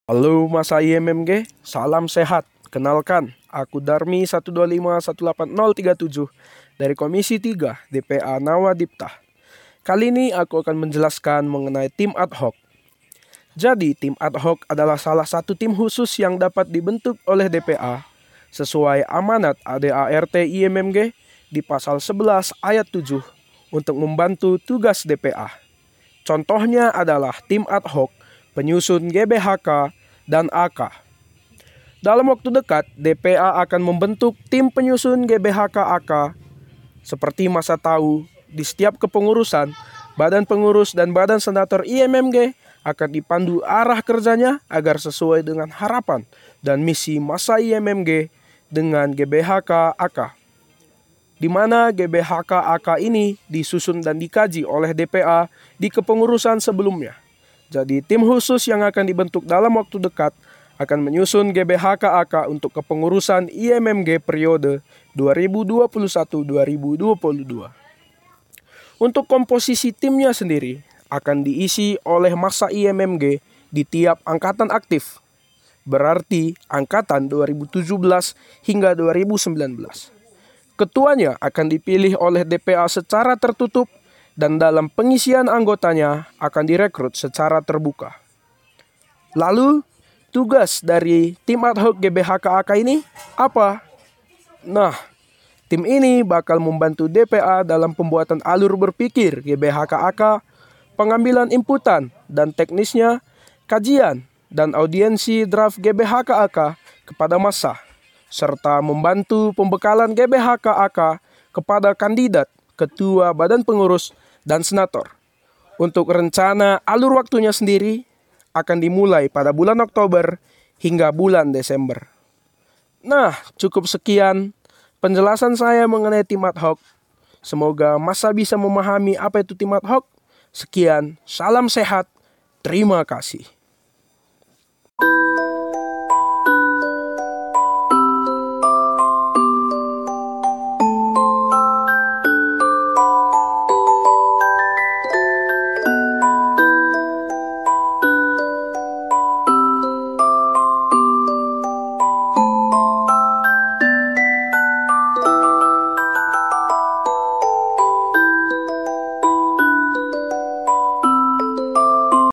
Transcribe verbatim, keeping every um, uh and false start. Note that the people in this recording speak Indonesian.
Halo masa I M M G, salam sehat. Kenalkan, aku Darmi satu dua lima satu delapan nol tiga tujuh dari Komisi tiga D P A Nawadipta. Kali ini aku akan menjelaskan mengenai tim ad hoc. Jadi, tim ad hoc adalah salah satu tim khusus yang dapat dibentuk oleh D P A sesuai amanat A D A R T I M M G di pasal sebelas ayat tujuh untuk membantu tugas D P A. Contohnya adalah tim ad hoc penyusun G B H K dan A K. Dalam waktu dekat, D P A akan membentuk tim penyusun G B H K A K. Seperti masa tahu, di setiap kepengurusan, badan pengurus dan badan senator I M M G akan dipandu arah kerjanya agar sesuai dengan harapan dan misi masa I M M G dengan G B H K A K. Di mana G B H K A K ini disusun dan dikaji oleh D P A di kepengurusan sebelumnya. Jadi tim khusus yang akan dibentuk dalam waktu dekat akan menyusun G B H K A K untuk kepengurusan I M M G periode dua ribu dua puluh satu sampai dua ribu dua puluh dua. Untuk komposisi timnya sendiri akan diisi oleh masa I M M G di tiap angkatan aktif. Berarti angkatan dua ribu tujuh belas hingga dua ribu sembilan belas. Ketuanya akan dipilih oleh D P A secara tertutup dan dalam pengisian anggotanya akan direkrut secara terbuka. Lalu, tugas dari tim ad hoc G B H K A K ini apa? Nah, tim ini bakal membantu D P A dalam pembuatan alur berpikir G B H K A K, pengambilan inputan dan teknisnya, kajian dan audiensi draft G B H K A K kepada massa, serta membantu pembekalan G B H K A K kepada kandidat, ketua badan pengurus, dan senator. Untuk rencana alur waktunya sendiri akan dimulai pada bulan Oktober hingga bulan Desember. Nah, cukup sekian penjelasan saya mengenai tim ad hoc. Semoga massa bisa memahami apa itu tim ad hoc. Sekian, salam sehat, terima kasih.